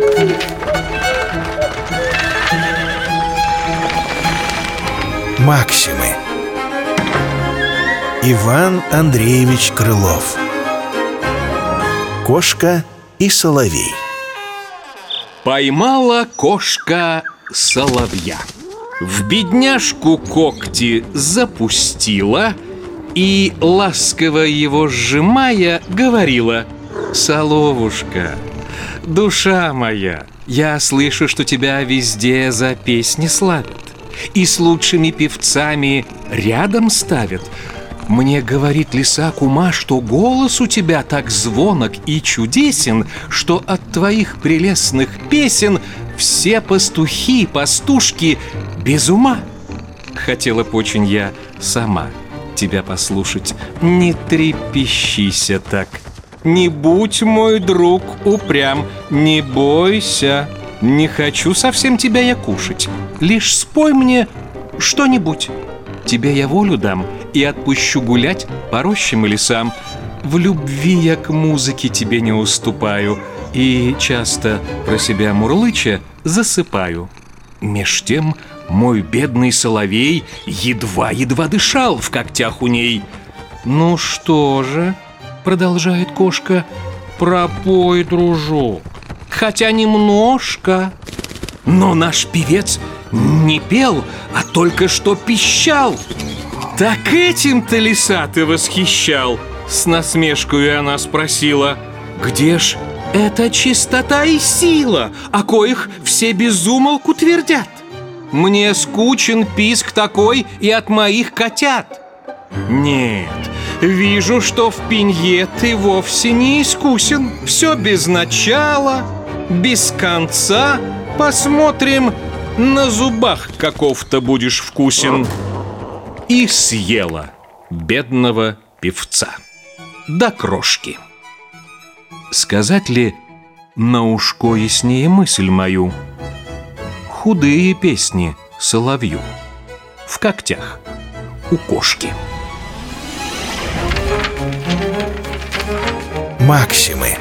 Максимы. Иван Андреевич Крылов. Кошка и соловей. Поймала кошка соловья, в бедняжку когти запустила и, ласково его сжимая, говорила: «Соловушка, душа моя, я слышу, что тебя везде за песни славят и с лучшими певцами рядом ставят. Мне говорит лиса кума, что голос у тебя так звонок и чудесен, что от твоих прелестных песен все пастухи, пастушки без ума. Хотела б очень я сама тебя послушать, не трепещися так. Не будь, мой друг, упрям, не бойся, не хочу совсем тебя я кушать. Лишь спой мне что-нибудь. Тебе я волю дам и отпущу гулять по рощам и лесам. В любви я к музыке тебе не уступаю и часто про себя мурлыча засыпаю. Меж тем мой бедный соловей едва-едва дышал в когтях у ней. «Ну что же, — продолжает кошка, — пропой, дружок, хотя немножко». Но наш певец не пел, а только что пищал. «Так этим-то лиса ты восхищал?» С насмешкой она спросила. «Где ж эта чистота и сила, о коих все без умолку твердят? Мне скучен писк такой и от моих котят. Нет, вижу, что в пенье ты вовсе не искусен. Все без начала, без конца. Посмотрим, на зубах каков-то будешь вкусен». И съела бедного певца до крошки. Сказать ли на ушко яснее мысль мою? Худые песни соловью в когтях у кошки. Максимы.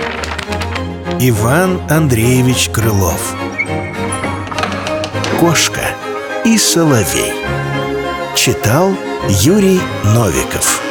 Иван Андреевич Крылов. Кошка и соловей. Читал Юрий Новиков.